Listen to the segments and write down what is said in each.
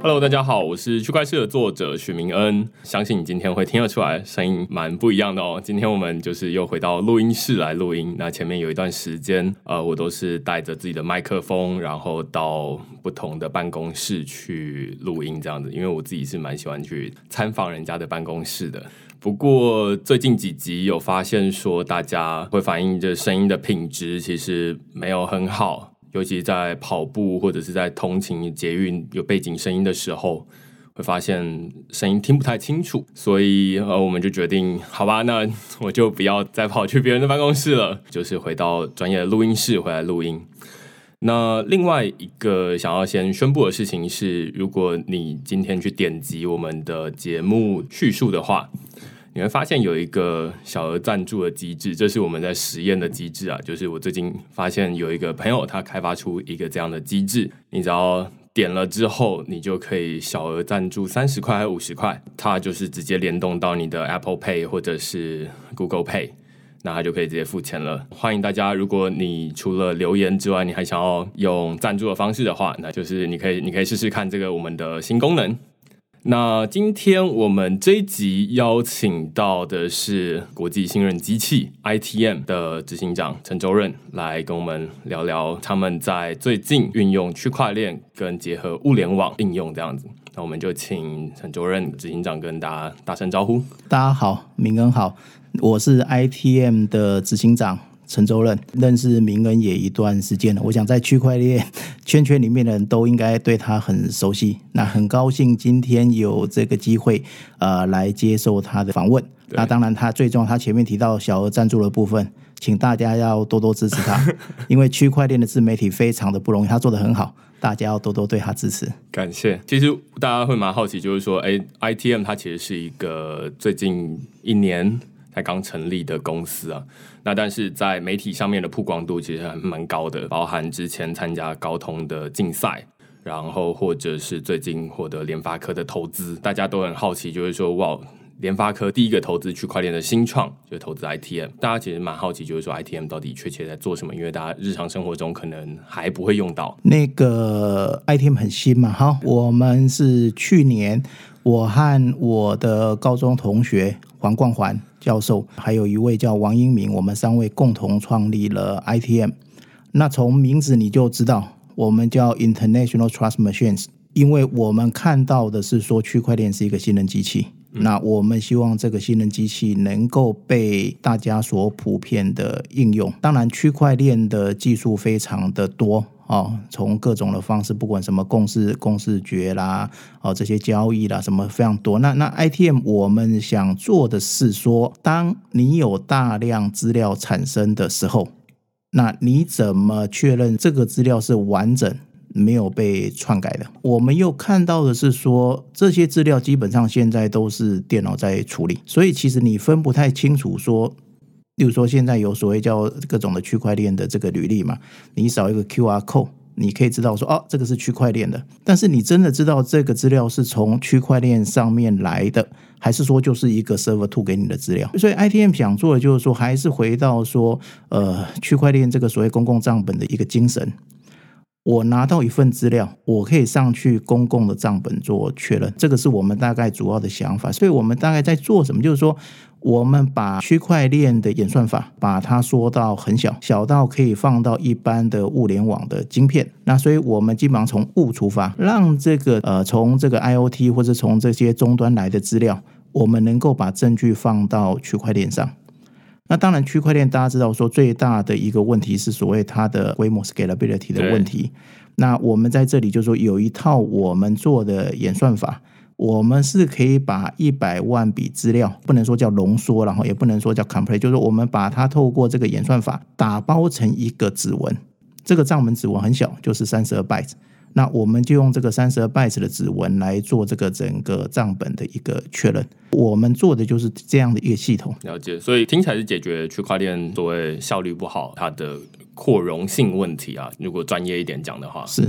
Hello， 大家好，我是区块市的作者许明恩。相信你今天会听得出来，声音蛮不一样的哦。今天我们就是又回到录音室来录音。那前面有一段时间，我都是带着自己的麦克风，然后到不同的办公室去录音这样子。因为我自己是蛮喜欢去参访人家的办公室的。不过最近几集有发现说，大家会反映这声音的品质其实没有很好。尤其在跑步或者是在通勤捷运有背景声音的时候，会发现声音听不太清楚，所以我们就决定，好吧，那我就不要再跑去别人的办公室了，就是回到专业的录音室回来录音。那另外一个想要先宣布的事情是，如果你今天去点击我们的节目叙述的话，你会发现有一个小额赞助的机制，这是我们在实验的机制啊。就是我最近发现有一个朋友他开发出一个这样的机制，你只要点了之后，你就可以小额赞助30块还50块，它就是直接联动到你的 Apple Pay 或者是 Google Pay， 那它就可以直接付钱了。欢迎大家，如果你除了留言之外，你还想要用赞助的方式的话，那就是你可以试试看这个我们的新功能。那今天我们这一集邀请到的是国际信任机器 ITM 的执行长陈周任，来跟我们聊聊他们在最近运用区块链跟结合物联网应用这样子。那我们就请陈周任执行长跟大家打声招呼。 大家好，明恩好，我是 ITM 的执行长陈周任，认识明恩也一段时间了，我想在区块链圈里面的人都应该对他很熟悉。那很高兴今天有这个机会来接受他的访问。那当然他最重要，他前面提到小额赞助的部分，请大家要多多支持他，因为区块链的自媒体非常的不容易，他做得很好，大家要多多对他支持。 感谢。其实大家会蛮好奇，就是说ITM 它其实是一个最近1年才刚成立的公司啊，那但是在媒体上面的曝光度其实还蛮高的，包含之前参加高通的竞赛，然后或者是最近获得联发科的投资，大家都很好奇，就是说哇，联发科第一个投资区块链的新创就是投资 ITM， 大家其实蛮好奇，就是说 ITM 到底确切在做什么，因为大家日常生活中可能还不会用到。 那个 ITM 很新嘛，哈，我们是去年我和我的高中同学黄冠环教授，还有一位叫王英明，我们3位共同创立了 ITM。 那从名字你就知道，我们叫 International Trust Machines， 因为我们看到的是说区块链是一个信任机器，那我们希望这个信任机器能够被大家所普遍的应用。当然区块链的技术非常的多，从各种的方式，不管什么共识决啦，这些交易啦，什么非常多。那 ITM 我们想做的是说，当你有大量资料产生的时候，那你怎么确认这个资料是完整没有被篡改的？我们又看到的是说，这些资料基本上现在都是电脑在处理，所以其实你分不太清楚说，例如说现在有所谓叫各种的区块链的这个履历嘛，你扫一个 QR code， 你可以知道说这个是区块链的，但是你真的知道这个资料是从区块链上面来的，还是说就是一个 server 2给你的资料？所以 ITM 想做的就是说，还是回到说区块链这个所谓公共账本的一个精神。我拿到一份资料，我可以上去公共的账本做确认，这个是我们大概主要的想法。所以我们大概在做什么，就是说我们把区块链的演算法把它缩到很小，小到可以放到一般的物联网的晶片。那所以我们基本上从物出发，让这个从这个 IoT 或者从这些终端来的资料，我们能够把证据放到区块链上。那当然区块链大家知道说最大的一个问题是所谓它的规模 scalability 的问题。那我们在这里就是说有一套我们做的演算法，我们是可以把100万笔资料，不能说叫浓缩，然后也不能说叫 compress， 就是说我们把它透过这个演算法打包成一个指纹，这个账本指纹很小，就是32 bytes，那我们就用这个32 bytes 的指纹来做这个整个账本的一个确认。我们做的就是这样的一个系统。 了解，所以听起来是解决区块链所谓效率不好它的扩容性问题啊，如果专业一点讲的话。 是。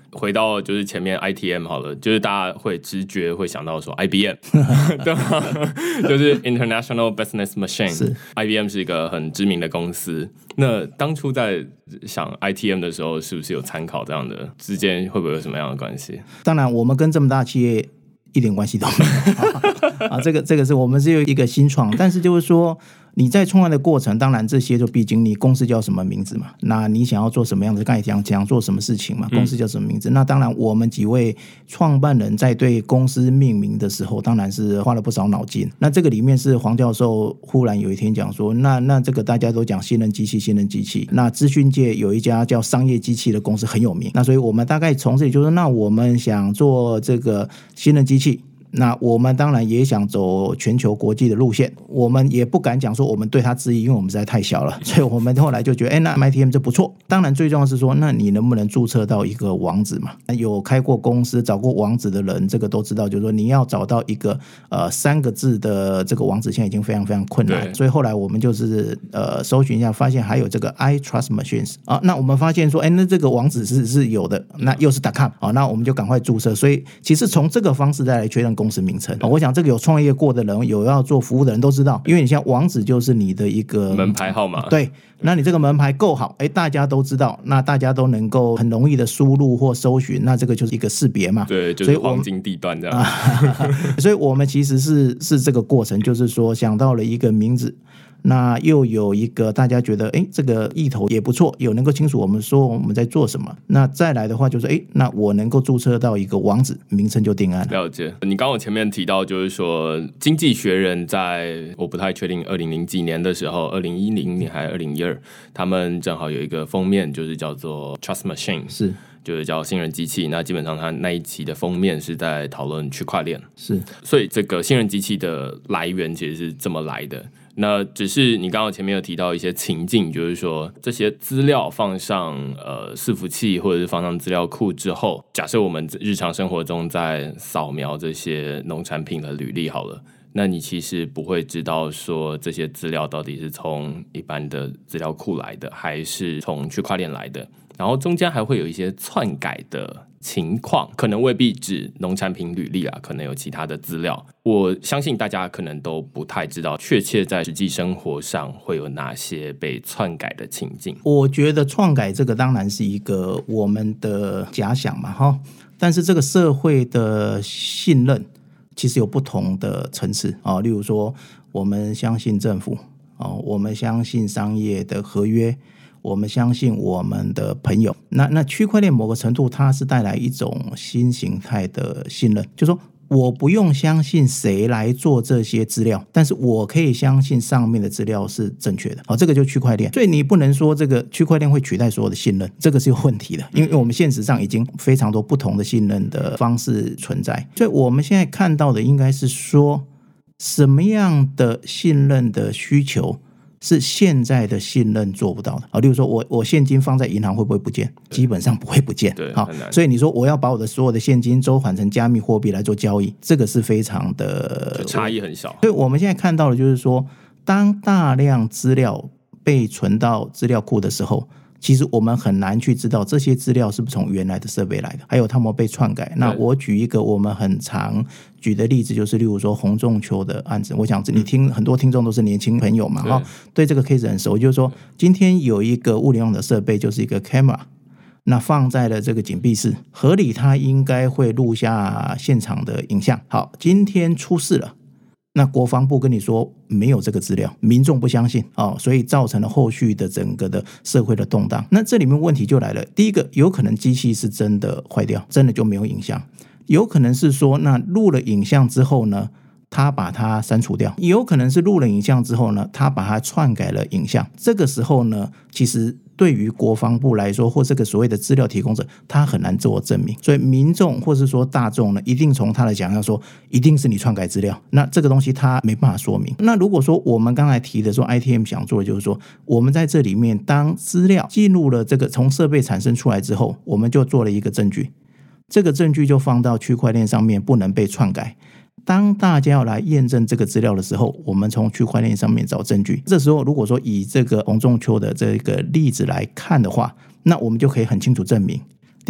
回到就是前面 ITM 好了，就是大家会直觉会想到说 IBM 对吧？就是 International Business Machine， IBM 是一个很知名的公司。那当初在想 ITM 的时候，是不是有参考这样的，之间会不会有什么样的关系？ 当然我们跟这么大企业一点关系都没有这个是我们是有一个新创，但是就是说你在创业的过程，当然这些就毕竟你公司叫什么名字嘛，那你想要做什么样的，刚才讲做什么事情嘛，公司叫什么名字，那当然我们几位创办人在对公司命名的时候当然是花了不少脑筋。那这个里面是黄教授忽然有一天讲说，那这个大家都讲信任机器，那资讯界有一家叫商业机器的公司很有名，那所以我们大概从这里就说，那我们想做这个信任机器，那我们当然也想走全球国际的路线，我们也不敢讲说我们对它质疑，因为我们实在太小了，所以我们后来就觉得那 ITM 这不错。当然最重要是说，那你能不能注册到一个网址嘛？有开过公司找过网址的人这个都知道，就是说你要找到一个3个字的这个网址现在已经非常非常困难，所以后来我们就是搜寻一下，发现还有这个 I Trust Machines 那我们发现说那这个网址是有的，那又是 .com 那我们就赶快注册。所以其实从这个方式再来确认公司名称我想这个有创业过的人，有要做服务的人都知道，因为你像网址就是你的一个门牌号码， 对，那你这个门牌够好，大家都知道，那大家都能够很容易的输入或搜寻，那这个就是一个识别嘛， 对，就是黄金地段这样所以我们其实是这个过程，就是说想到了一个名字，那又有一个大家觉得这个意头也不错，有能够清楚我们说我们在做什么，那再来的话就是那我能够注册到一个网址，名称就定案了。 了解。你刚刚前面提到就是说经济学人在我不太确定2000几年的时候，2010年还是2012，他们正好有一个封面就是叫做 Trust Machine， 是就是叫信任机器，那基本上它那一期的封面是在讨论区块链， 是， 所以这个信任机器的来源其实是这么来的。那只是你刚刚前面有提到一些情境，就是说这些资料放上伺服器或者是放上资料库之后，假设我们日常生活中在扫描这些农产品的履历好了，那你其实不会知道说这些资料到底是从一般的资料库来的，还是从区块链来的，然后中间还会有一些篡改的情况，可能未必指农产品履历可能有其他的资料。我相信大家可能都不太知道确切在实际生活上会有哪些被篡改的情境。 我觉得篡改这个当然是一个我们的假想嘛但是这个社会的信任其实有不同的层次例如说我们相信政府我们相信商业的合约，我们相信我们的朋友，那区块链某个程度它是带来一种新形态的信任，就是说我不用相信谁来做这些资料，但是我可以相信上面的资料是正确的这个就区块链。所以你不能说这个区块链会取代所有的信任，这个是有问题的，因为我们现实上已经非常多不同的信任的方式存在。所以我们现在看到的应该是说什么样的信任的需求是现在的信任做不到的例如说我现金放在银行会不会不见？基本上不会不见， 对， 所以你说我要把我的所有的现金周转成加密货币来做交易，这个是非常的差异很小。 所以我们现在看到的就是说，当大量资料被存到资料库的时候，其实我们很难去知道这些资料是不是从原来的设备来的，还有他们被篡改。那我举一个我们很常举的例子，就是例如说洪仲丘的案子，我想你听很多听众都是年轻朋友嘛对这个 case 很熟，就是说今天有一个物联网的设备，就是一个 camera， 那放在了这个警闭室，合理它应该会录下现场的影像。好，今天出事了，那国防部跟你说没有这个资料，民众不相信所以造成了后续的整个的社会的动荡。那这里面问题就来了，第一个有可能机器是真的坏掉，真的就没有影像，有可能是说那录了影像之后呢他把它删除掉，也有可能是录了影像之后呢他把它篡改了影像。这个时候呢其实对于国防部来说，或这个所谓的资料提供者，他很难自我证明，所以民众或是说大众呢，一定从他的讲要说一定是你篡改资料，那这个东西他没办法说明。那如果说我们刚才提的说 ITM 想做的就是说，我们在这里面当资料进入了这个从设备产生出来之后，我们就做了一个证据，这个证据就放到区块链上面，不能被篡改。当大家要来验证这个资料的时候，我们从区块链上面找证据。这时候如果说以这个洪仲丘的这个例子来看的话，那我们就可以很清楚证明，第一个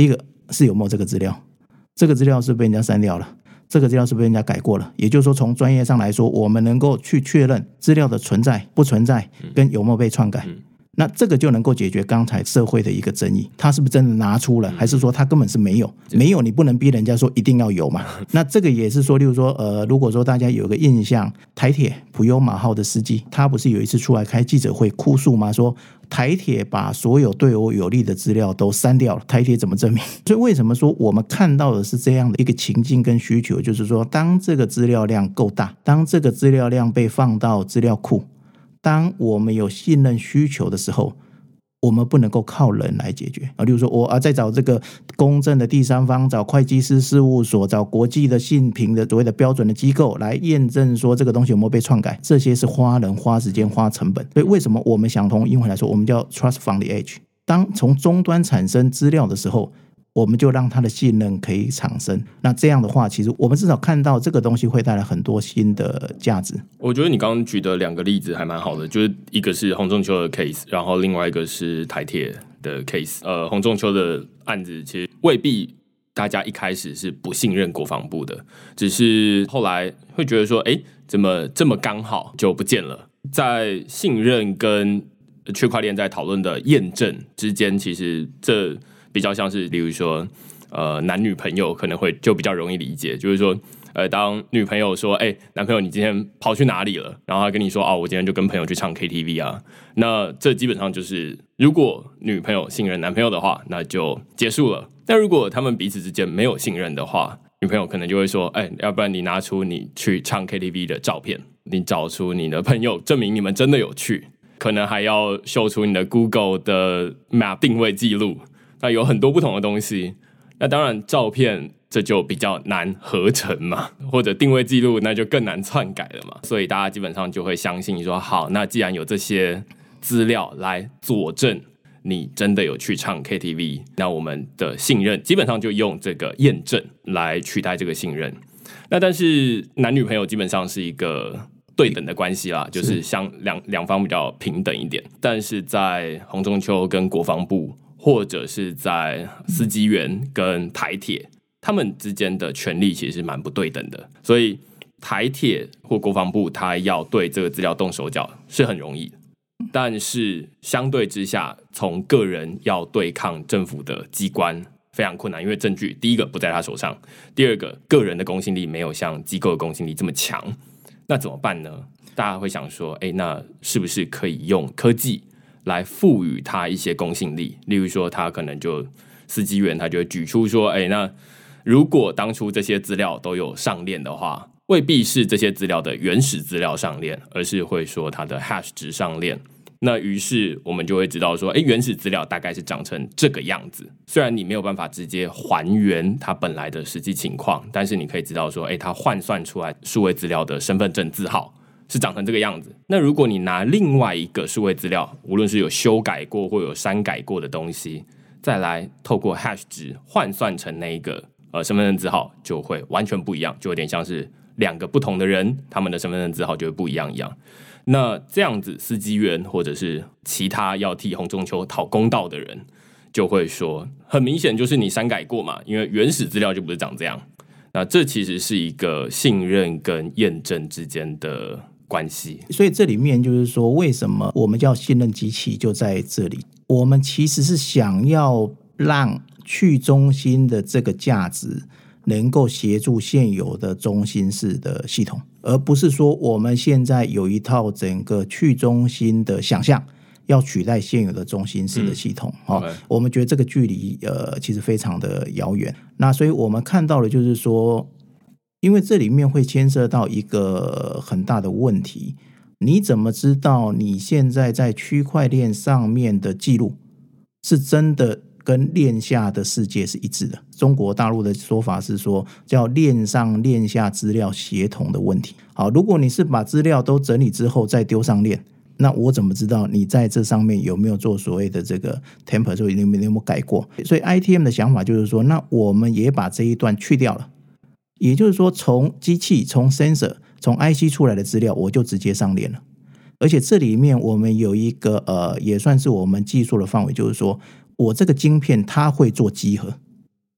是有没有这个资料，这个资料是被人家删掉了，这个资料是被人家改过了。也就是说从专业上来说，我们能够去确认资料的存在不存在跟有没有被篡改，那这个就能够解决刚才社会的一个争议，他是不是真的拿出了，还是说他根本是没有？没有你不能逼人家说一定要有嘛。那这个也是说，例如说如果说大家有个印象，台铁普悠玛号的司机，他不是有一次出来开记者会哭诉吗？说台铁把所有对我有利的资料都删掉了，台铁怎么证明？所以为什么说我们看到的是这样的一个情境跟需求，就是说当这个资料量够大，当这个资料量被放到资料库，当我们有信任需求的时候，我们不能够靠人来解决例如说我再找这个公正的第三方，找会计师事务所，找国际的信评的所谓的标准的机构来验证说这个东西有没有被篡改，这些是花人花时间花成本。所以为什么我们想从英文来说，我们叫 trust from the edge， 当从终端产生资料的时候，我们就让它的信任可以产生。那这样的话，其实我们至少看到这个东西会带来很多新的价值。 我觉得你刚刚举的2个例子还蛮好的，就是一个是洪仲丘的 case， 然后另外一个是台铁的 case。洪仲丘的案子其实未必大家一开始是不信任国防部的，只是后来会觉得说，怎么这么刚好就不见了？在信任跟区块链在讨论的验证之间，其实这比较像是，例如说，男女朋友可能会就比较容易理解，就是说，当女朋友说，男朋友你今天跑去哪里了？然后他跟你说，我今天就跟朋友去唱 KTV 啊。那这基本上就是，如果女朋友信任男朋友的话，那就结束了。但如果他们彼此之间没有信任的话，女朋友可能就会说，要不然你拿出你去唱 KTV 的照片，你找出你的朋友证明你们真的有去，可能还要秀出你的 Google 的 Map 定位记录。那有很多不同的东西，那当然照片这就比较难合成嘛，或者定位记录那就更难篡改了嘛，所以大家基本上就会相信说，好，那既然有这些资料来佐证你真的有去唱 KTV， 那我们的信任基本上就用这个验证来取代这个信任。那但是男女朋友基本上是一个对等的关系啦，就是两方比较平等一点，但是在洪仲丘跟国防部，或者是在司机员跟台铁，他们之间的权力其实是蛮不对等的，所以台铁或国防部他要对这个资料动手脚是很容易的，但是相对之下，从个人要对抗政府的机关非常困难，因为证据第一个不在他手上，第二个个人的公信力没有像机构的公信力这么强，那怎么办呢？大家会想说，那是不是可以用科技来赋予他一些公信力？例如说，他可能就司机员，他就会举出说，那如果当初这些资料都有上链的话，未必是这些资料的原始资料上链，而是会说它的 hash 值上链。那于是我们就会知道说，原始资料大概是长成这个样子。虽然你没有办法直接还原它本来的实际情况，但是你可以知道说，它换算出来数位资料的身份证字号是长成这个样子。那如果你拿另外一个数位资料，无论是有修改过或有删改过的东西，再来透过 hash 值换算成那一个身份证字号，就会完全不一样，就有点像是2个不同的人，他们的身份证字号就会不一样一样。那这样子，司机员或者是其他要替洪仲丘讨公道的人，就会说，很明显就是你删改过嘛，因为原始资料就不是长这样。那这其实是一个信任跟验证之间的关系。 所以这里面就是说，为什么我们叫信任机器，就在这里。我们其实是想要让去中心的这个价值能够协助现有的中心式的系统，而不是说我们现在有一套整个去中心的想象要取代现有的中心式的系统。我们觉得这个距离其实非常的遥远。那所以我们看到的就是说，因为这里面会牵涉到一个很大的问题，你怎么知道你现在在区块链上面的记录是真的跟链下的世界是一致的？中国大陆的说法是说叫链上链下资料协同的问题。好，如果你是把资料都整理之后再丢上链，那我怎么知道你在这上面有没有做所谓的这个 temper， 就你有没有改过？所以 ITM 的想法就是说，那我们也把这一段去掉了，也就是说从机器从 sensor 从 IC 出来的资料我就直接上链了。而且这里面我们有一个也算是我们技术的范围，就是说我这个晶片它会做集合，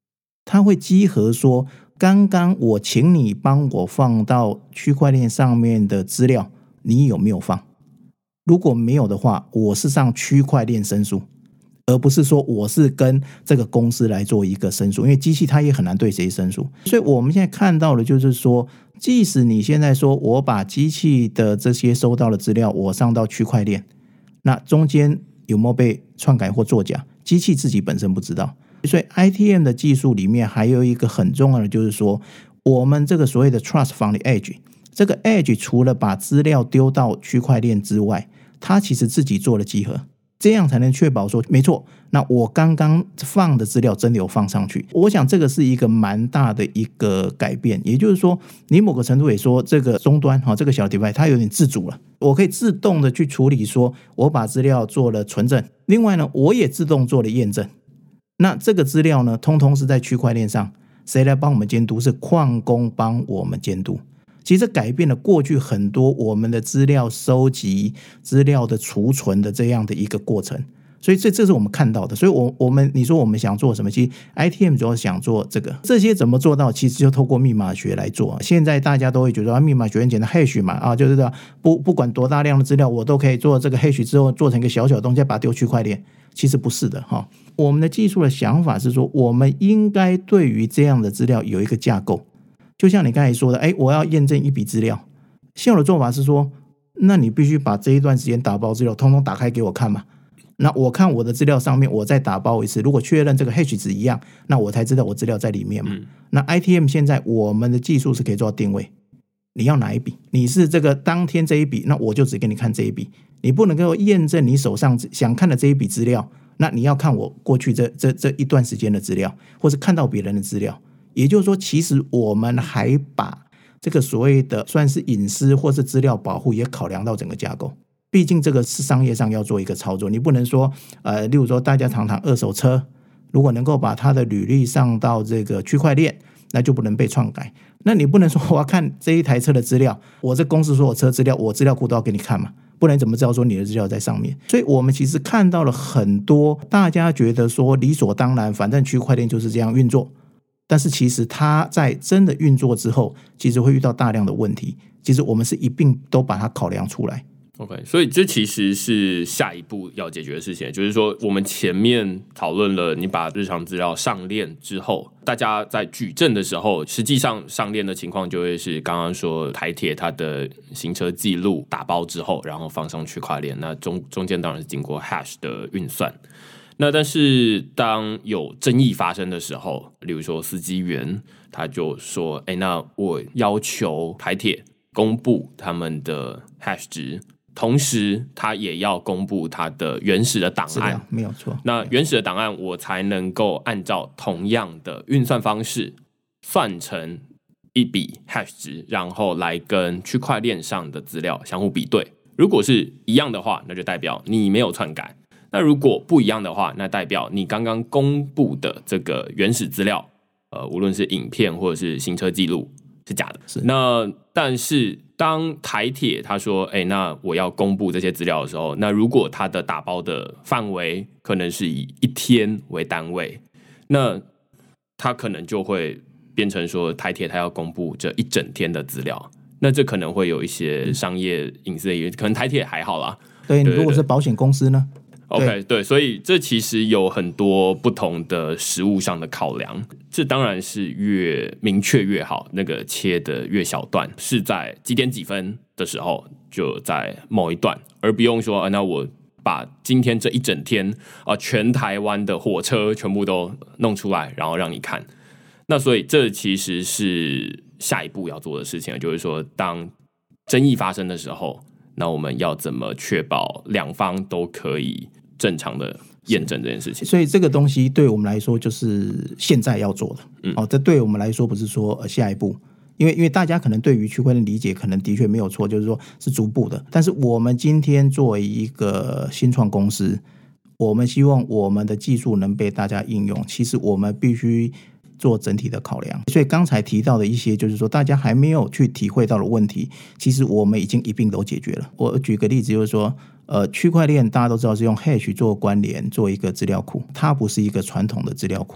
它会稽核说，刚刚我请你帮我放到区块链上面的资料，你有没有放？如果没有的话，我是上区块链申诉，而不是说我是跟这个公司来做一个申诉，因为机器它也很难对谁申诉。所以我们现在看到的就是说，即使你现在说我把机器的这些收到的资料我上到区块链，那中间有没有被篡改或作假，机器自己本身不知道。所以 ITM 的技术里面还有一个很重要的，就是说我们这个所谓的 Trust from the Edge， 这个 Edge 除了把资料丢到区块链之外，它其实自己做了集合，这样才能确保说没错，那我刚刚放的资料真的有放上去。我想这个是一个蛮大的一个改变，也就是说你某个程度也说这个终端这个小 device 它有点自主了，我可以自动的去处理说我把资料做了存证，另外呢我也自动做了验证。那这个资料呢通通是在区块链上，谁来帮我们监督？是矿工帮我们监督。其实改变了过去很多我们的资料收集、资料的储存的这样的一个过程，所以这是我们看到的。所以你说我们想做什么？其实 ITM 主要想做这个，这些怎么做到？其实就透过密码学来做。现在大家都会觉得密码学很简单 ，hash 嘛就是这样，不管多大量的资料，我都可以做这个 hash 之后做成一个小小的东西，把它丢区块链。其实不是的哈。我们的技术的想法是说，我们应该对于这样的资料有一个架构。就像你刚才说的，我要验证一笔资料，现有的做法是说，那你必须把这一段时间打包资料通通打开给我看嘛。那我看我的资料上面，我再打包一次，如果确认这个 hash 值一样，那我才知道我资料在里面嘛。那 ITM 现在我们的技术是可以做到定位，你要哪一笔？你是这个当天这一笔，那我就只给你看这一笔，你不能够验证你手上想看的这一笔资料，那你要看我过去这一段时间的资料，或是看到别人的资料。也就是说，其实我们还把这个所谓的算是隐私或是资料保护也考量到整个架构。毕竟这个是商业上要做一个操作，你不能说例如说大家常二手车，如果能够把它的履历上到这个区块链，那就不能被篡改。那你不能说我要看这一台车的资料，我这公司所有车资料，我资料库都要给你看嘛，不然怎么知道说你的资料在上面？所以我们其实看到了很多大家觉得说理所当然，反正区块链就是这样运作。但是其实它在真的运作之后，其实会遇到大量的问题，其实我们是一并都把它考量出来。 OK， 所以这其实是下一步要解决的事情，就是说我们前面讨论了，你把日常资料上链之后，大家在举证的时候，实际上上链的情况就会是刚刚说台铁它的行车记录打包之后，然后放上区块链，那中间当然是经过 hash 的运算。那但是当有争议发生的时候，例如说司机员他就说那我要求台铁公布他们的 hash 值，同时他也要公布他的原始的档案， 没有错。 那原始的档案我才能够按照同样的运算方式算成一笔 hash 值，然后来跟区块链上的资料相互比对。如果是一样的话，那就代表你没有篡改。那如果不一样的话，那代表你刚刚公布的这个原始资料，无论是影片或者是行车记录是假的。那但是当台铁他说，那我要公布这些资料的时候，那如果他的打包的范围可能是以1天为单位，那他可能就会变成说台铁他要公布这一整天的资料，那这可能会有一些商业隐私的疑虑，可能台铁还好啦。 对，如果是保险公司呢 ？OK， 对，所以这其实有很多不同的实务上的考量，这当然是越明确越好，那个切的越小段，是在几点几分的时候就在某一段，而不用说那我把今天这一整天全台湾的火车全部都弄出来，然后让你看。那所以这其实是下一步要做的事情，就是说当争议发生的时候，那我们要怎么确保两方都可以正常的验证这件事情？ 所以这个东西对我们来说就是现在要做的。这对我们来说不是说下一步，因为大家可能对于区块链理解可能的确没有错，就是说是逐步的。但是我们今天作为一个新创公司，我们希望我们的技术能被大家应用，其实我们必须做整体的考量。所以刚才提到的一些就是说大家还没有去体会到的问题，其实我们已经一并都解决了。我举个例子，就是说区块链大家都知道是用 hash 做关联，做一个资料库，它不是一个传统的资料库，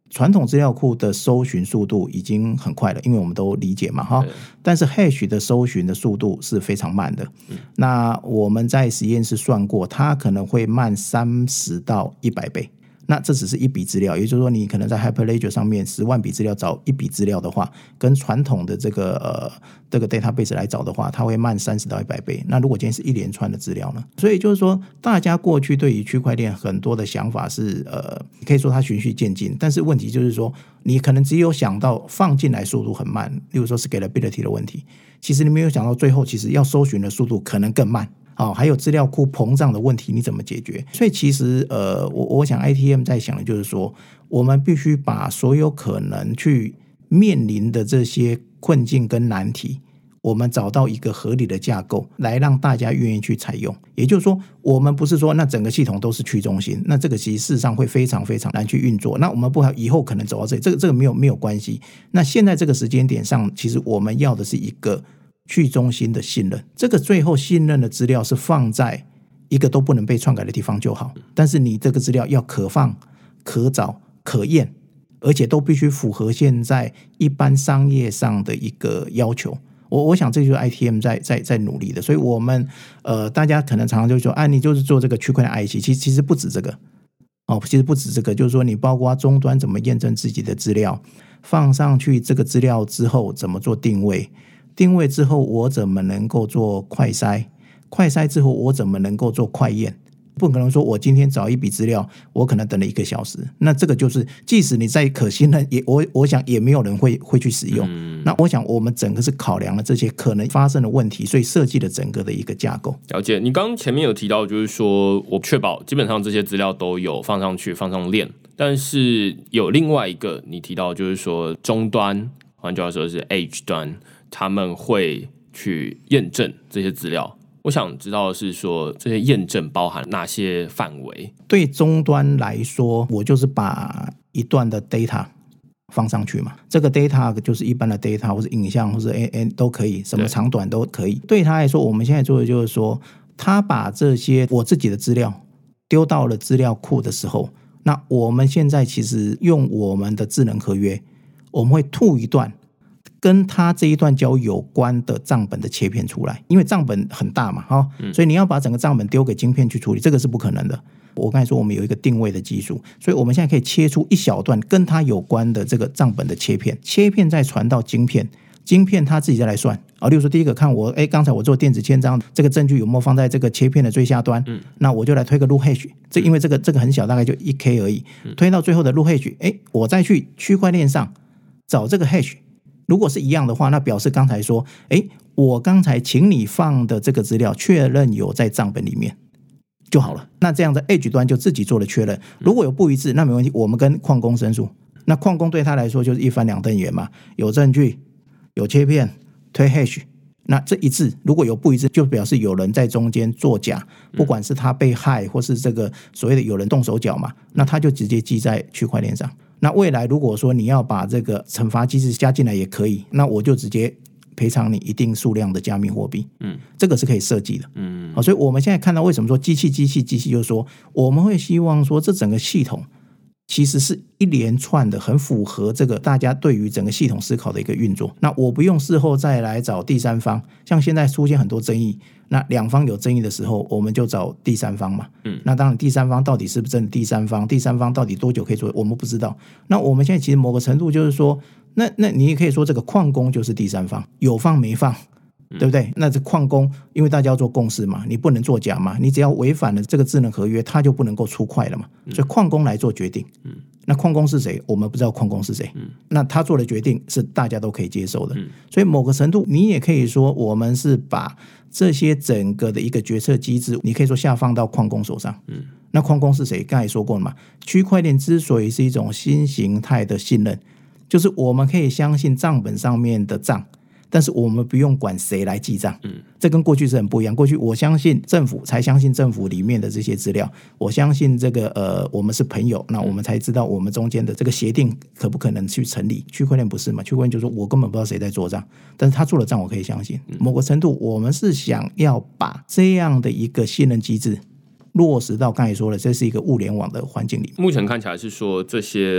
传统资料库的搜寻速度已经很快了，因为我们都理解嘛哈。但是 Hash 的搜寻的速度是非常慢的。那我们在实验室算过，它可能会慢30到100倍。那这只是一笔资料，也就是说，你可能在 Hyperledger 上面10万笔资料找一笔资料的话，跟传统的这个database 来找的话，它会慢30到100倍。那如果今天是一连串的资料呢？所以就是说，大家过去对于区块链很多的想法是可以说它循序渐进，但是问题就是说，你可能只有想到放进来速度很慢，例如说 scalability 的问题，其实你没有想到最后其实要搜寻的速度可能更慢。还有资料库膨胀的问题你怎么解决？所以其实我想 ITM 在想的就是说，我们必须把所有可能去面临的这些困境跟难题，我们找到一个合理的架构来让大家愿意去采用。也就是说，我们不是说那整个系统都是去中心，那这个其实事实上会非常非常难去运作。那我们不好以后可能走到这里，这个没有关系。那现在这个时间点上，其实我们要的是一个去中心的信任，这个最后信任的资料是放在一个都不能被篡改的地方就好，但是你这个资料要可放、可找、可验，而且都必须符合现在一般商业上的一个要求。我想这就是 ITM 在努力的，所以我们大家可能常常就说，你就是做这个区块链 IC， 其实不止这个其实不止这个，就是说你包括终端怎么验证自己的资料，放上去这个资料之后怎么做定位。定位之后我怎么能够做快筛，快筛之后我怎么能够做快验，不可能说我今天找一笔资料我可能等了1个小时，那这个就是即使你再可信任我想也没有人会去使用。那我想我们整个是考量了这些可能发生的问题，所以设计了整个的一个架构。 了解。你刚刚前面有提到就是说我确保基本上这些资料都有放上去放上链，但是有另外一个你提到就是说终端，换句话说是 Edge 端，他们会去验证这些资料。我想知道的是说这些验证包含哪些范围？ 对终端来说，我就是把一段的 data 放上去嘛，这个 data 就是一般的 data 或是影像或是 都可以，什么长短都可以。对他来说，我们现在做的就是说，他把这些我自己的资料丢到了资料库的时候，那我们现在其实用我们的智能合约，我们会吐一段跟他这一段交易有关的账本的切片出来，因为账本很大嘛，所以你要把整个账本丢给晶片去处理，这个是不可能的。我刚才说我们有一个定位的技术，所以我们现在可以切出一小段跟他有关的这个账本的切片，切片再传到晶片，晶片他自己再来算例如说第一个看我刚才我做电子签章，这个证据有没有放在这个切片的最下端，那我就来推个 root hash， 因为这个很小，大概就 1K 而已，推到最后的 root hash， 我再去区块链上找这个 hash，如果是一样的话，那表示刚才说我刚才请你放的这个资料确认有在账本里面就好了。那这样的 Edge 端就自己做了确认，如果有不一致那没问题，我们跟矿工申诉，那矿工对他来说就是一翻两瞪眼嘛，有证据有切片推 hash， 那这一致如果有不一致就表示有人在中间作假，不管是他被害或是这个所谓的有人动手脚嘛，那他就直接记在区块链上。那未来如果说你要把这个惩罚机制加进来也可以，那我就直接赔偿你一定数量的加密货币，这个是可以设计的。所以我们现在看到为什么说机器就是说我们会希望说这整个系统其实是一连串的很符合这个大家对于整个系统思考的一个运作，那我不用事后再来找第三方，像现在出现很多争议，那两方有争议的时候我们就找第三方嘛，那当然第三方到底是不是真的第三方，第三方到底多久可以做我们不知道。那我们现在其实某个程度就是说那你也可以说这个矿工就是第三方，有放没放对不对？那这矿工因为大家要做共识嘛，你不能作假嘛，你只要违反了这个智能合约他就不能够出块了嘛，所以矿工来做决定。那矿工是谁？我们不知道矿工是谁，那他做的决定是大家都可以接受的。所以某个程度你也可以说我们是把这些整个的一个决策机制你可以说下放到矿工手上。那矿工是谁？刚才说过了嘛，区块链之所以是一种新形态的信任，就是我们可以相信账本上面的账，但是我们不用管谁来记账。这跟过去是很不一样，过去我相信政府才相信政府里面的这些资料，我相信这个我们是朋友，那我们才知道我们中间的这个协定可不可能去成立。区块链不是嘛，区块链就是说我根本不知道谁在做账，但是他做了账我可以相信。某个程度我们是想要把这样的一个信任机制落实到刚才说了这是一个物联网的环境里。 目前看起来是说这些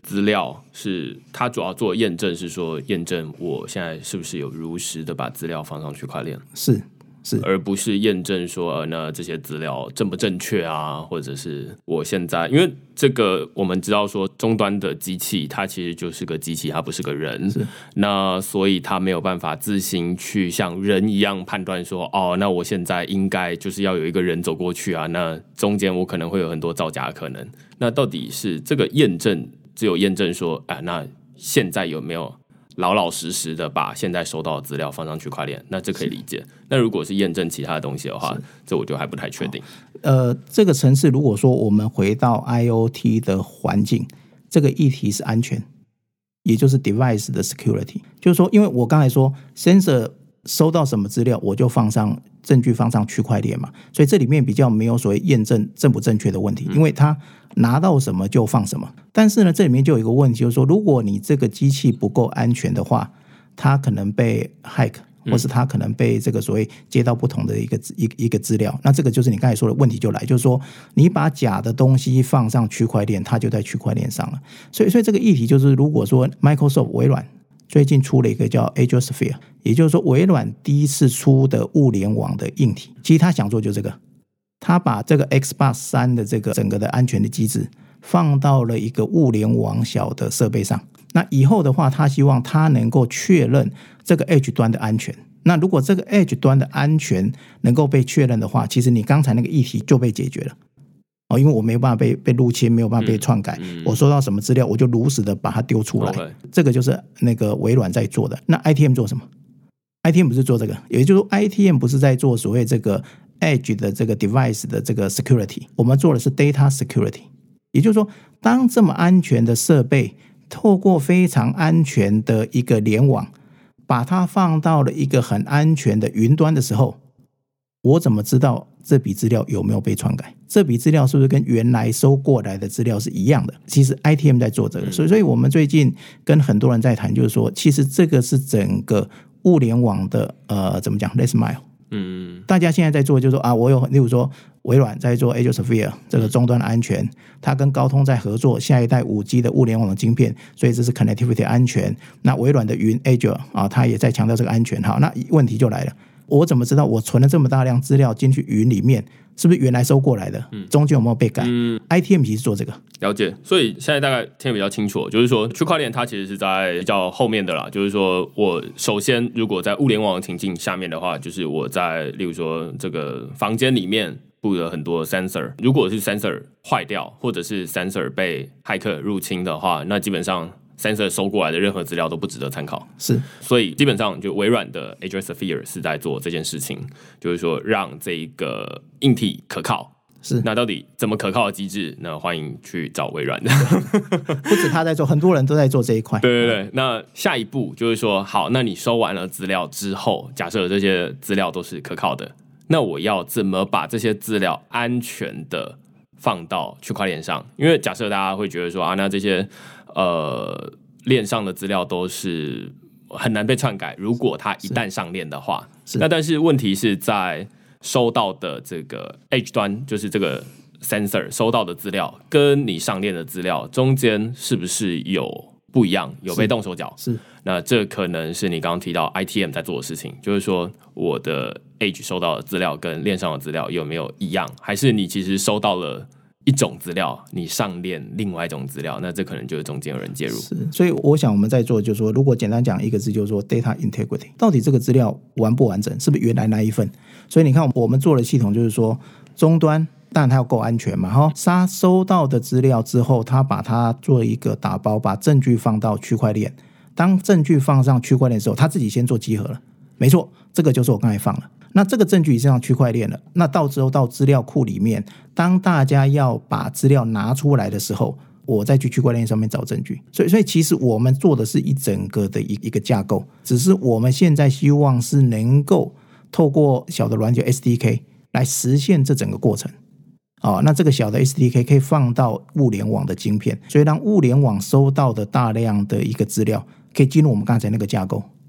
资料是它主要做验证，是说验证我现在是不是有如实的把资料放上区块链， 是， 而不是验证说那这些资料正不正确啊，或者是我现在，因为这个我们知道说终端的机器它其实就是个机器，它不是个人，那所以它没有办法自行去像人一样判断说那我现在应该就是要有一个人走过去啊，那中间我可能会有很多造假的可能，那到底是这个验证只有验证说那现在有没有老老实实的把现在收到的资料放上区块链，那这可以理解。那如果是验证其他的东西的话，这我就还不太确定。 这个程式如果说我们回到 IoT 的环境，这个议题是安全，也就是 device 的 security。就是说，因为我刚才说 sensor 收到什么资料，我就放上证据放上区块链嘛，所以这里面比较没有所谓验证正不正确的问题，因为它拿到什么就放什么。但是呢，这里面就有一个问题，就是说，如果你这个机器不够安全的话，它可能被 hack， 或是它可能被这个所谓接到不同的一个资料，那这个就是你刚才说的问题就来，就是说你把假的东西放上区块链，它就在区块链上了。所以这个议题就是，如果说 Microsoft 微软最近出了一个叫 Azure Sphere， 也就是说微软第一次出的物联网的硬体，其实他想做就这个，他把这个 Xbox 3的这个整个的安全的机制放到了一个物联网小的设备上。那以后的话，他希望他能够确认这个 Edge 端的安全。那如果这个 Edge 端的安全能够被确认的话，其实你刚才那个议题就被解决了。因为我没有办法被入侵，没有办法被篡改，我收到什么资料我就如实的把它丢出来，这个就是那个微软在做的。那 ITM 做什么？ ITM 不是做这个，也就是说 ITM 不是在做所谓这个 Edge 的这个 device 的这个 security， 我们做的是 data security。 也就是说，当这么安全的设备透过非常安全的一个联网把它放到了一个很安全的云端的时候，我怎么知道这笔资料有没有被篡改？这笔资料是不是跟原来收过来的资料是一样的？其实 ITM 在做这个，所以我们最近跟很多人在谈，就是说，其实这个是整个物联网的怎么讲 last mile。大家现在在做就是说我有例如说微软在做 Azure Sphere 这个终端的安全，它跟高通在合作下一代 5G 的物联网的晶片，所以这是 connectivity 安全。那微软的云 Azure 它也在强调这个安全。好，那问题就来了，我怎么知道我存了这么大量资料进去云里面是不是原来收过来的？中间有没有被改？ITM 其实做这个。 了解，所以现在大概听得比较清楚，就是说区块链它其实是在比较后面的啦，就是说我首先如果在物联网的情境下面的话，就是我在例如说这个房间里面布了很多 sensor， 如果是 sensor 坏掉或者是 sensor 被骇客入侵的话，那基本上sensor 收过来的任何资料都不值得参考。 是， 所以基本上就微软的 Azure Sphere 是在做这件事情，就是说让这个硬体可靠。 是， 那到底怎么可靠的机制？那欢迎去找微软的。 不止他在做，很多人都在做这一块。 对对对，那下一步就是说，好，那你收完了资料之后，假设这些资料都是可靠的，那我要怎么把这些资料安全的放到区块链上？因为假设大家会觉得说那这些链上的资料都是很难被篡改，如果它一旦上链的话，那但是问题是在收到的这个 Edge 端，就是这个 sensor 收到的资料跟你上链的资料中间是不是有不一样，有被动手脚？ 是， 那这可能是你刚刚提到 ITM 在做的事情，就是说我的 Edge 收到的资料跟链上的资料有没有一样，还是你其实收到了一种资料，你上链另外一种资料，那这可能就是中间有人介入。 是，所以我想我们在做就是说，如果简单讲一个字，就是说 data integrity， 到底这个资料完不完整，是不是原来那一份？所以你看我们做的系统就是说，终端当然它要够安全嘛，它收到的资料之后，它把它做一个打包，把证据放到区块链。当证据放上区块链的时候，它自己先做集合了，没错，这个就是我刚才放了。那这个证据已经上区块链了，那到之后到资料库里面，当大家要把资料拿出来的时候，我再去区块链上面找证据。所以其实我们做的是一整个的一个架构，只是我们现在希望是能够透过小的软件 SDK 来实现这整个过程。那这个小的 SDK 可以放到物联网的晶片，所以让物联网收到的大量的一个资料可以进入我们刚才那个架构。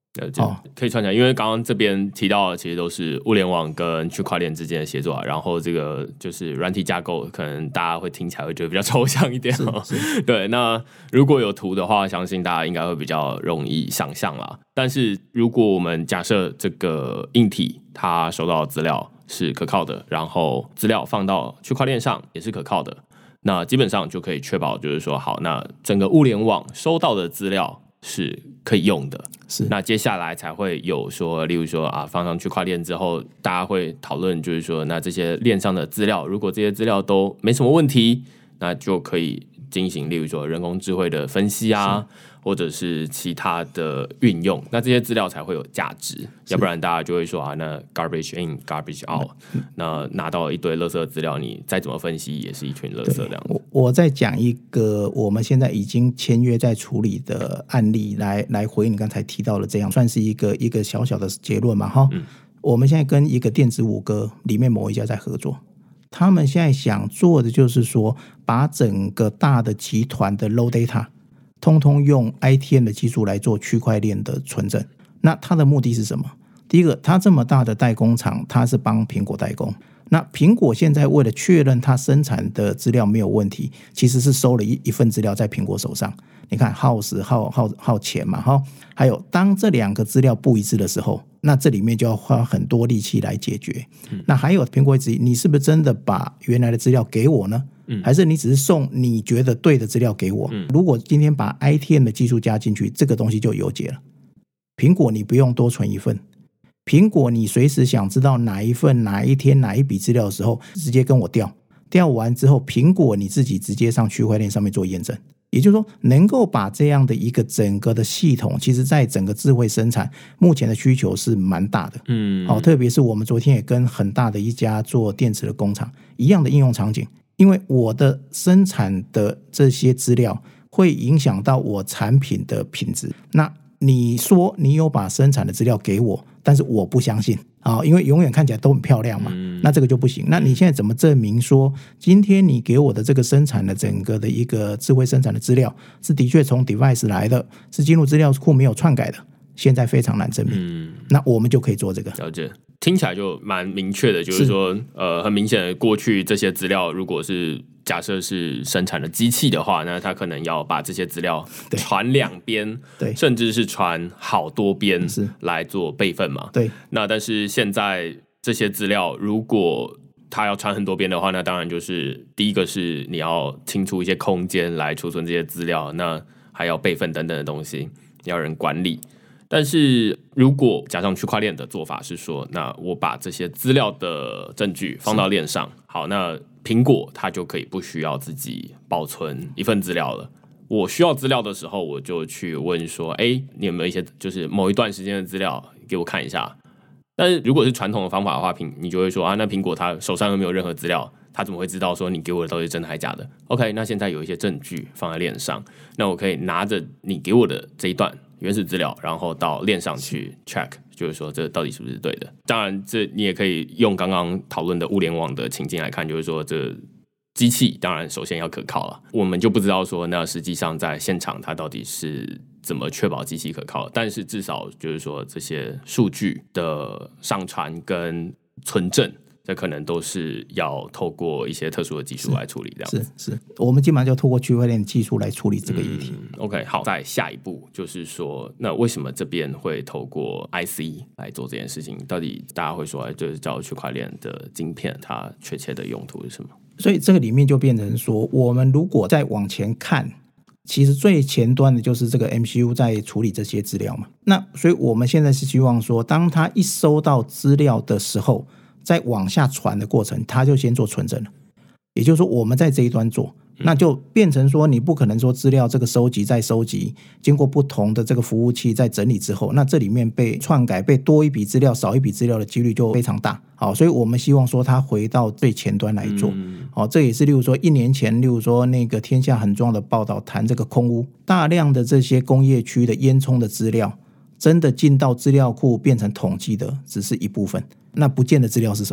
可以串起来，因为刚刚这边提到的其实都是物联网跟区块链之间的协作然后这个就是软体架构，可能大家会听起来会觉得比较抽象一点对，那如果有图的话，相信大家应该会比较容易想象啦。但是如果我们假设这个硬体它收到的资料是可靠的，然后资料放到区块链上也是可靠的，那基本上就可以确保就是说，好，那整个物联网收到的资料是可以用的， 是那接下来才会有说，例如说放上区块链之后，大家会讨论，就是说，那这些链上的资料，如果这些资料都没什么问题，那就可以进行，例如说人工智慧的分析或者是其他的运用，那这些资料才会有价值，要不然大家就会说那 garbage in garbage out，那拿到一堆垃圾资料，你再怎么分析也是一群垃圾这样。 我再讲一个我们现在已经签约在处理的案例来回应你刚才提到的，这样算是一个小小的结论嘛我们现在跟一个电子五哥里面某一家在合作，他们现在想做的就是说，把整个大的集团的 low data通通用 ITM 的技术来做区块链的存证。那它的目的是什么？第一个，它这么大的代工厂，它是帮苹果代工。那苹果现在为了确认它生产的资料没有问题，其实是收了一份资料在苹果手上。你看耗时耗钱嘛还有当这两个资料不一致的时候，那这里面就要花很多力气来解决。那还有苹果会质疑你是不是真的把原来的资料给我呢？还是你只是送你觉得对的资料给我？如果今天把 ITM 的技术加进去，这个东西就有解了。苹果你不用多存一份，苹果你随时想知道哪一份哪一天哪一笔资料的时候，直接跟我调完之后，苹果你自己直接上区块链上面做验证。也就是说，能够把这样的一个整个的系统，其实在整个智慧生产目前的需求是蛮大的。特别是我们昨天也跟很大的一家做电池的工厂一样的应用场景，因为我的生产的这些资料会影响到我产品的品质。那你说你有把生产的资料给我，但是我不相信因为永远看起来都很漂亮嘛，那这个就不行。那你现在怎么证明说今天你给我的这个生产的整个的一个智慧生产的资料是的确从 device 来的，是进入资料库没有篡改的？现在非常难证明。那我们就可以做这个。 了解，听起来就蛮明确的，就是说很明显的，过去这些资料如果是假设是生产的机器的话，那它可能要把这些资料传两边，甚至是传好多边来做备份嘛。对，那但是现在这些资料如果它要传很多遍的话，那当然就是第一个是你要清出一些空间来储存这些资料，那还要备份等等的东西，要人管理。但是如果加上区块链的做法是说，那我把这些资料的证据放到链上，好，那苹果它就可以不需要自己保存一份资料了。我需要资料的时候，我就去问说，你有没有一些就是某一段时间的资料给我看一下？但是如果是传统的方法的话，你就会说那苹果它手上又没有任何资料，它怎么会知道说你给我的到底是真的还是假的 ？OK， 那现在有一些证据放在链上，那我可以拿着你给我的这一段原始资料，然后到链上去 check， 就是说这到底是不是对的。当然这你也可以用刚刚讨论的物联网的情境来看，就是说这机器当然首先要可靠了，我们就不知道说那实际上在现场它到底是怎么确保机器可靠，但是至少就是说这些数据的上传跟存证，这可能都是要透过一些特殊的技术来处理，这样子。 是我们基本上就透过区块链技术来处理这个议题。 OK， 好，再下一步就是说，那为什么这边会透过 IC 来做这件事情？到底大家会说，就是叫区块链的晶片，它确切的用途是什么？ 所以这个里面就变成说，我们如果再往前看，其实最前端的就是这个 MCU 在处理这些资料嘛。那所以我们现在是希望说，当它一收到资料的时候，在往下传的过程，它就先做存证了。也就是说，我们在这一端做，那就变成说，你不可能说资料这个收集再收集，经过不同的这个服务器在整理之后，那这里面被篡改、被多一笔资料、少一笔资料的几率就非常大。好，所以我们希望说它回到最前端来做。好，这也是例如说1年前，例如说那个天下很重要的报道谈这个空污，大量的这些工业区的烟囱的资料，真的进到资料库变成统计的只是一部分，那不见的资料是什么？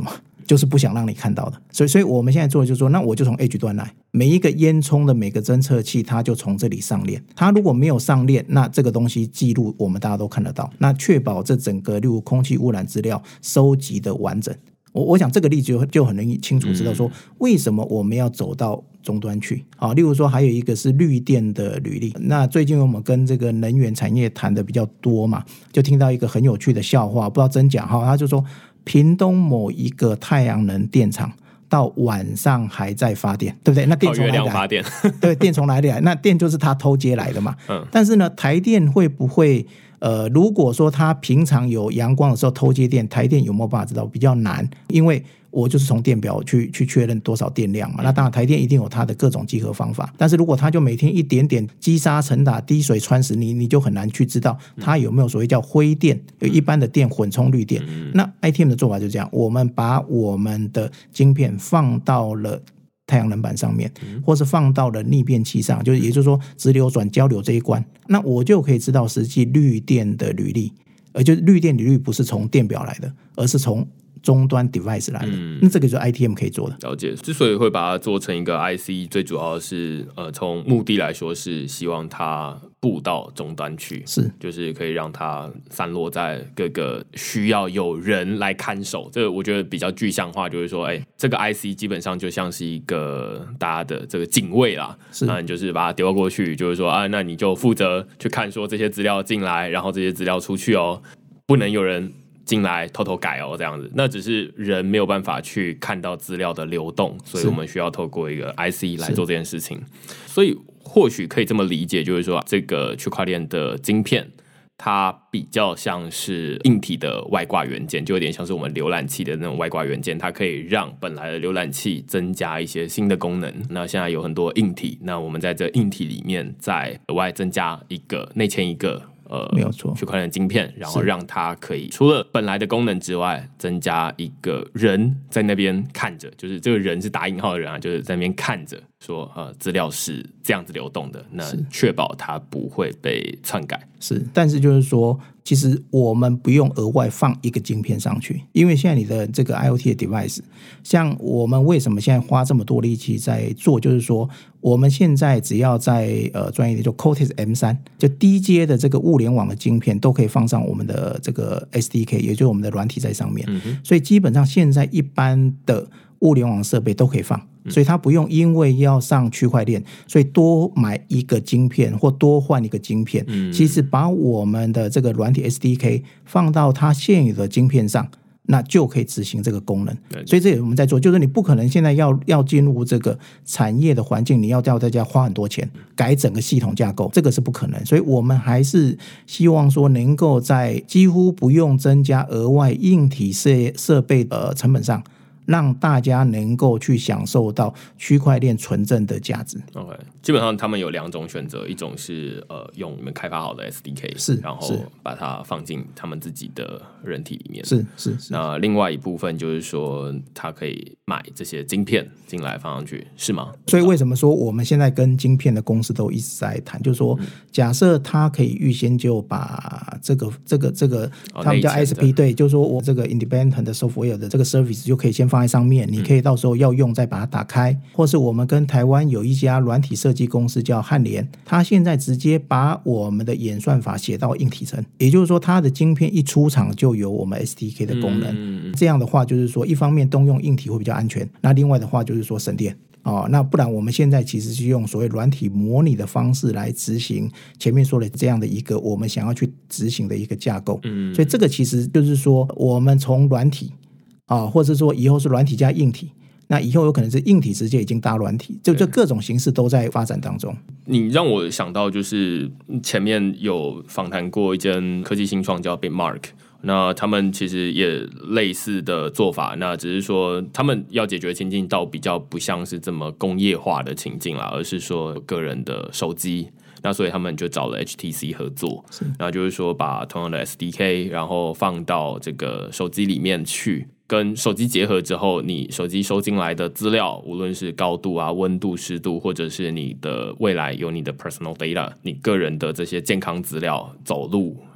就是不想让你看到的。所以我们现在做的就是说，那我就从 Edge 端来，每一个烟囱的每个侦测器，它就从这里上链。它如果没有上链，那这个东西记录我们大家都看得到，那确保这整个例如空气污染资料收集的完整。我想这个例子就很容易清楚知道说，为什么我们要走到终端去。例如说还有一个是绿电的履历，那最近我们跟这个能源产业谈的比较多嘛，就听到一个很有趣的笑话，不知道真假，他就说屏东某一个太阳能电厂到晚上还在发电，对不对？那电从哪里来？ 月亮发电对，电从哪里来？那电就是他偷接来的嘛。但是呢，台电会不会如果说他平常有阳光的时候偷接电，台电有没有办法知道？比较难，因为我就是从电表去确认多少电量嘛。那当然台电一定有它的各种集合方法，但是如果他就每天一点点积沙成塔，滴水穿石，你就很难去知道它有没有所谓叫灰电，有一般的电混充绿电。那 ITM 的做法就这样，我们把我们的晶片放到了太阳能板上面，或是放到了逆变器上，也就是说直流转交流这一关，那我就可以知道实际绿电的履历，而就是绿电履历不是从电表来的，而是从终端 device 来的。那这个就是 ITM 可以做的。 了解。之所以会把它做成一个 IC， 最主要的是从目的来说是希望它布到终端去，就是可以让它散落在各个需要有人来看守。这个我觉得比较具象化，就是说这个 IC 基本上就像是一个大家的这个警卫啦，那你就是把它丢过去，就是说那你就负责去看说这些资料进来，然后这些资料出去哦，不能有人进来偷偷改这样子，那只是人没有办法去看到资料的流动，所以我们需要透过一个 IC 来做这件事情。所以或许可以这么理解，就是说这个区块链的晶片它比较像是硬体的外挂元件，就有点像是我们浏览器的那种外挂元件，它可以让本来的浏览器增加一些新的功能。那现在有很多硬体，那我们在这硬体里面再额外增加一个内嵌一个没有错， 区块链晶片，然后让它可以除了本来的功能之外，增加一个人在那边看着，就是这个人是打引号的人就是在那边看着，说资料是这样子流动的，那确保它不会被篡改。 但是就是说，其实我们不用额外放一个晶片上去，因为现在你的这个 IoT 的 device， 像我们为什么现在花这么多力气在做，就是说我们现在只要在专业的就 Cortex M3， 就低阶的这个物联网的晶片都可以放上我们的这个 SDK， 也就是我们的软体在上面。所以基本上现在一般的物联网设备都可以放，所以它不用因为要上区块链，所以多买一个晶片或多换一个晶片。其实把我们的这个软体 SDK 放到它现有的晶片上，那就可以执行这个功能。所以这也我们在做，就是你不可能现在要进入这个产业的环境，你要在家花很多钱改整个系统架构，这个是不可能。所以我们还是希望说能够在几乎不用增加额外硬体设备的成本上，让大家能够去享受到区块链纯正的价值。 OK， 基本上他们有两种选择，一种是用你们开发好的 SDK， 然后把它放进他们自己的人体里面。是。那另外一部分就是说，它可以买这些晶片进来放上去，是吗？ 所以为什么说我们现在跟晶片的公司都一直在谈，就是说，假设它可以预先就把这个他们叫 ISP， 对，就是说我这个 independent 的 software 的这个 service 就可以先放在上面，你可以到时候要用再把它打开，或是我们跟台湾有一家软体设计公司叫汉联，它现在直接把我们的演算法写到硬体层，也就是说它的晶片一出厂就有我们 SDK 的功能。这样的话就是说，一方面动用硬体会比较安全，那另外的话就是说省电。那不然我们现在其实是用所谓软体模拟的方式来执行前面说的这样的一个我们想要去执行的一个架构。所以这个其实就是说我们从软体或者说以后是软体加硬体，那以后有可能是硬体直接已经搭软体，就各种形式都在发展当中。 你让我想到就是前面有访谈过一间科技新创叫 Bitmark，那他们其实也类似的做法，那只是说他们要解决情境倒比较不像是这么工业化的情境啦，而是说个人的手机，那所以他们就找了 HTC 合作，那就是说把同样的 SDK 然后放到这个手机里面去，跟手机结合之后，你手机收进来的资料，无论是高度温度、湿度，或者是你的未来有你的 personal data， 你个人的这些健康资料、走路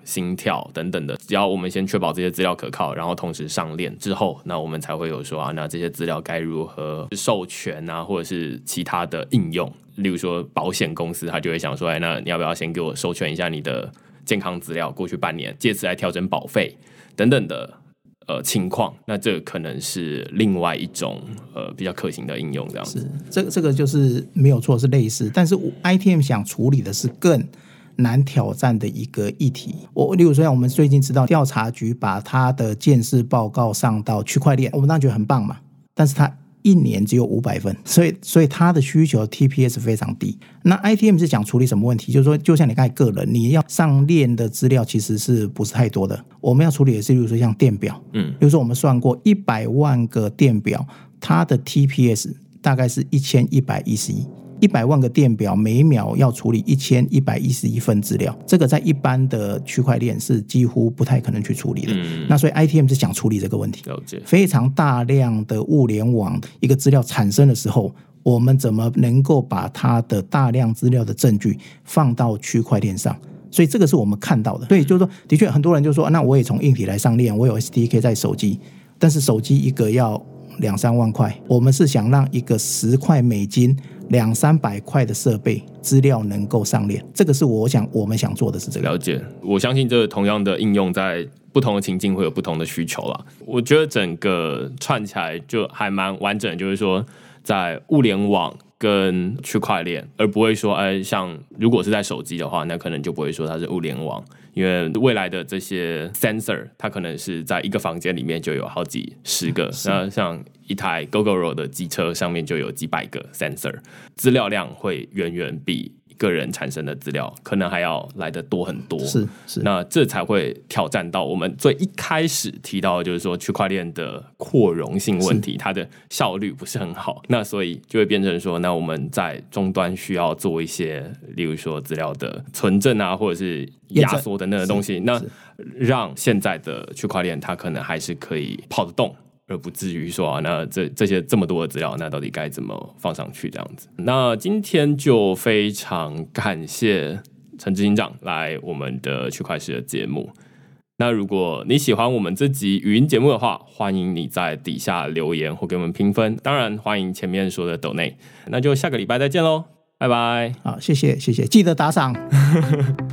心跳等等的，只要我们先确保这些资料可靠，然后同时上链之后，那我们才会有说那这些资料该如何授权啊，或者是其他的应用。例如说保险公司，他就会想说，那你要不要先给我授权一下你的健康资料，过去半年，借此来调整保费等等的情况，那这可能是另外一种比较可行的应用，这样子。 这个就是没有错，是类似，但是 ITM 想处理的是更难挑战的一个议题。例如说，像我们最近知道调查局把他的鉴识报告上到区块链，我们当然觉得很棒嘛，但是他1年只有500份，所以它的需求 TPS 非常低。那 ITM 是想处理什么问题？就是说，就像你刚才个人，你要上链的资料其实是不是太多的？我们要处理的是，比如说像电表，比如说我们算过100万个电表，它的 TPS 大概是1111，100万个电表每秒要处理1111份资料，这个在一般的区块链是几乎不太可能去处理的。那所以 ITM 是想处理这个问题。 了解。非常大量的物联网一个资料产生的时候，我们怎么能够把它的大量资料的证据放到区块链上？所以这个是我们看到的。对，就是说，的确很多人就说，那我也从硬体来上链，我有 SDK 在手机，但是手机一个要2-3万块，我们是想让一个$10、200-300块的设备资料能够上链，这个是我们想做的是这个。 了解，我相信这同样的应用在不同的情境会有不同的需求啦。我觉得整个串起来就还蛮完整的，就是说在物联网跟区块链，而不会说像如果是在手机的话，那可能就不会说它是物联网，因为未来的这些 sensor 它可能是在一个房间里面就有好几十个，那像一台 Gogoro 的机车上面就有几百个 sensor， 资料量会远远比个人产生的资料可能还要来得多很多， 是， 那这才会挑战到我们最一开始提到的，就是说区块链的扩容性问题，它的效率不是很好，那所以就会变成说，那我们在终端需要做一些，例如说资料的存证啊，或者是压缩等等的东西，那让现在的区块链它可能还是可以跑得动，而不至于说那这些这么多的资料，那到底该怎么放上去这样子？那今天就非常感谢陈执行长来我们的区块市的节目。那如果你喜欢我们这集语音节目的话，欢迎你在底下留言或给我们评分，当然欢迎前面说的抖内。那就下个礼拜再见咯，拜拜。 好，谢谢，记得打赏。